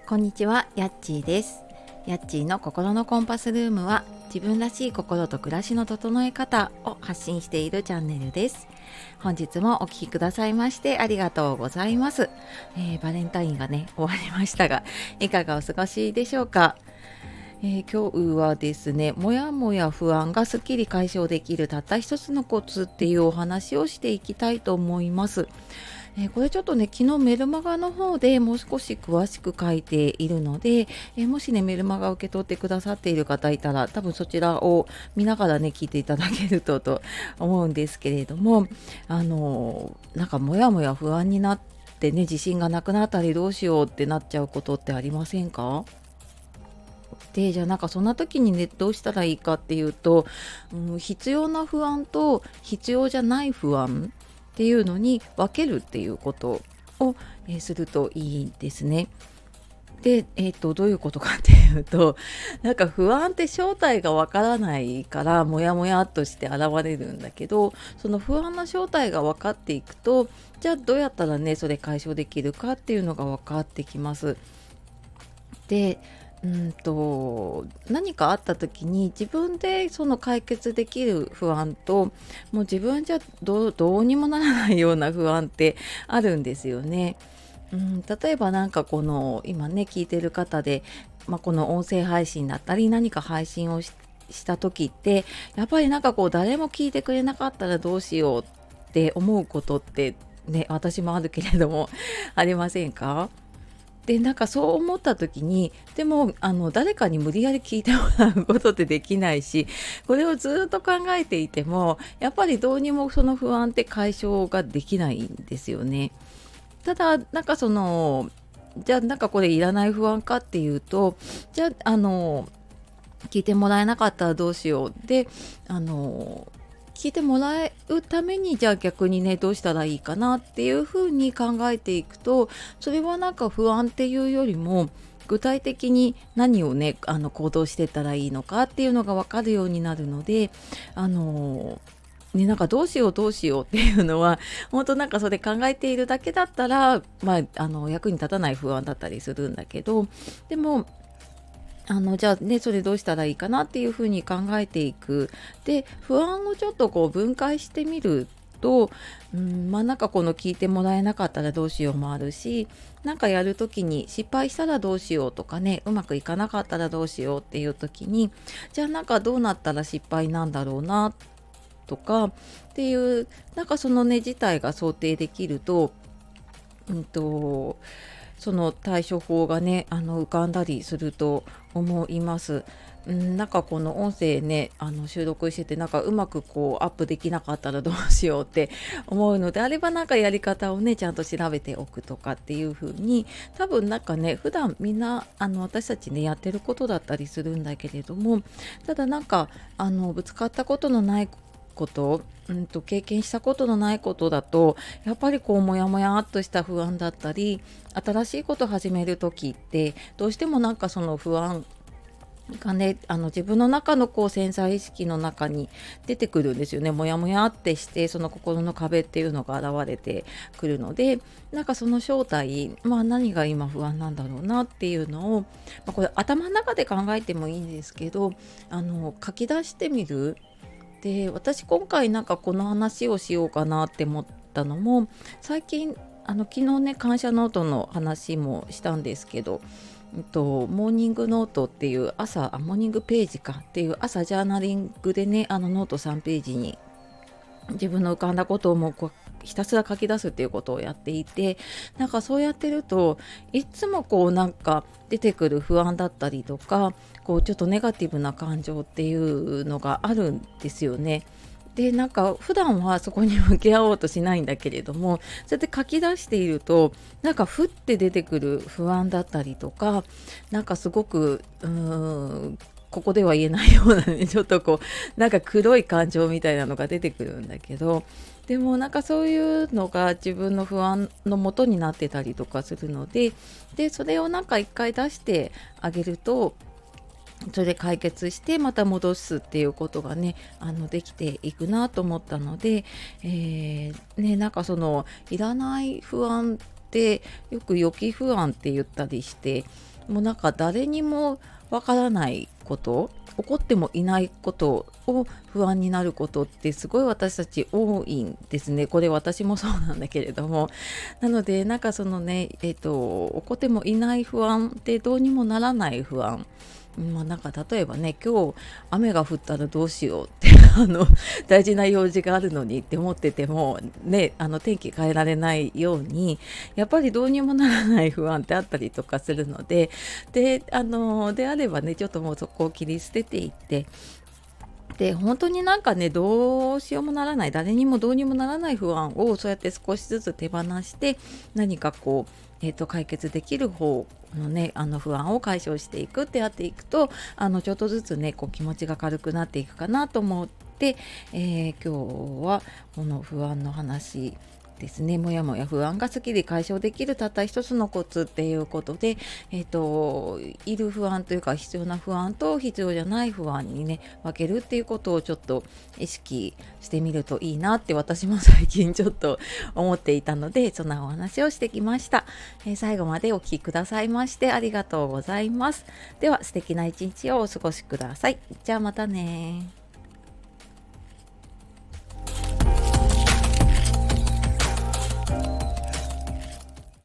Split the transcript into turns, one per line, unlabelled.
こんにちは、やっちーです。やっちーの心のコンパスルームは、自分らしい心と暮らしの整え方を発信しているチャンネルです。本日もお聞きくださいましてありがとうございます。バレンタインがね終わりましたが、いかがお過ごしでしょうか。今日はですね、もやもや不安がすっきり解消できるたった一つのコツっていうお話をしていきたいと思います。これちょっとね、昨日メルマガの方でもう少し詳しく書いているので、もしねメルマガを受け取ってくださっている方いたら、多分そちらを見ながらね聞いていただけると思うんですけれども、なんかもやもや不安になってね、自信がなくなったりどうしようってなっちゃうことってありませんか？で、じゃあなんかそんな時にねどうしたらいいかっていうと、必要な不安と必要じゃない不安っていうのに分けるっていうことを、するといいですね。で、どういうことかっていうと、なんか不安って正体がわからないからモヤモヤっとして現れるんだけど、その不安の正体が分かっていくと、じゃあどうやったらねそれ解消できるかっていうのが分かってきます。で、何かあった時に自分でその解決できる不安と、もう自分じゃどうにもならないような不安ってあるんですよね。例えばなんかこの今ね聞いてる方で、この音声配信だったり何か配信をした時って、やっぱりなんかこう誰も聞いてくれなかったらどうしようって思うことってね、私もあるけれどもありませんか？で、なんかそう思った時に、でも誰かに無理やり聞いてもらうことってできないし、これをずっと考えていても、やっぱりどうにもその不安って解消ができないんですよね。ただ、なんかじゃあなんかこれいらない不安かっていうと、じゃあ聞いてもらえなかったらどうしようで、聞いてもらうためにじゃあ逆にねどうしたらいいかなっていうふうに考えていくと、それはなんか不安っていうよりも具体的に何をね行動してったらいいのかっていうのが分かるようになるので、あのなんかどうしようどうしようっていうのは本当なんかそれ考えているだけだったら、役に立たない不安だったりするんだけど、でもじゃあね、それどうしたらいいかなっていうふうに考えていく。で、不安をちょっとこう分解してみると、なんかこの聞いてもらえなかったらどうしようもあるし、なんかやるときに失敗したらどうしようとかね、うまくいかなかったらどうしようっていうときに、じゃあなんかどうなったら失敗なんだろうなとかっていう、なんかそのね、事態が想定できると、うんと、その対処法がね、浮かんだりすると思います。なんかこの音声ね、収録してて、なんかうまくこうアップできなかったらどうしようって思うのであれば、なんかやり方をね、ちゃんと調べておくとかっていう風に、多分なんかね、普段みんな、私たちね、やってることだったりするんだけれども、ただなんか、ぶつかったことのないこと、経験したことのないことだと、やっぱりこうモヤモヤっとした不安だったり、新しいことを始める時ってどうしてもなんかその不安がね、自分の中のこう潜在意識の中に出てくるんですよね。モヤモヤってして、その心の壁っていうのが現れてくるので、なんかその正体、何が今不安なんだろうなっていうのを、これ頭の中で考えてもいいんですけど、書き出してみる。で、私今回なんかこの話をしようかなって思ったのも、最近昨日ね感謝ノートの話もしたんですけど、モーニングノートっていうモーニングページかっていう朝ジャーナリングでね、ノート3ページに自分の浮かんだことをもうこうひたすら書き出すっていうことをやっていて、なんかそうやってるといつもこうなんか出てくる不安だったりとか、こうちょっとネガティブな感情っていうのがあるんですよね。で、なんか普段はそこに向き合おうとしないんだけれども、そうやって書き出していると、なんかふって出てくる不安だったりとか、なんかすごくここでは言えないようなね、ちょっとこうなんか黒い感情みたいなのが出てくるんだけど、でもなんかそういうのが自分の不安の元になってたりとかするので、それをなんか一回出してあげると、それで解決してまた戻すっていうことがねできていくなと思ったので、なんかそのいらない不安ってよく予期不安って言ったりして、 もうなんか誰にもわからないこと、起こってもいないことを不安になることってすごい私たち多いんですね。これ私もそうなんだけれども。なのでなんかそのね、起こってもいない不安ってどうにもならない不安。なんか例えばね、今日雨が降ったらどうしようって大事な用事があるのにって思っててもね、天気変えられないようにやっぱりどうにもならない不安ってあったりとかするので、であればね、ちょっともうそこを切り捨てていって、で本当になんかね、どうしようもならない、誰にもどうにもならない不安をそうやって少しずつ手放して、何かこう、解決できる方のね、不安を解消していくってやっていくと、ちょっとずつね、こう気持ちが軽くなっていくかなと思って、今日はこの不安の話ですね、もやもや不安がすっきり解消できるたった一つのコツっていうことで、いる不安というか必要な不安と必要じゃない不安にね、分けるっていうことをちょっと意識してみるといいなって私も最近ちょっと思っていたので、そんなお話をしてきました。最後までお聞きくださいましてありがとうございます。では素敵な一日をお過ごしください。じゃあまたね。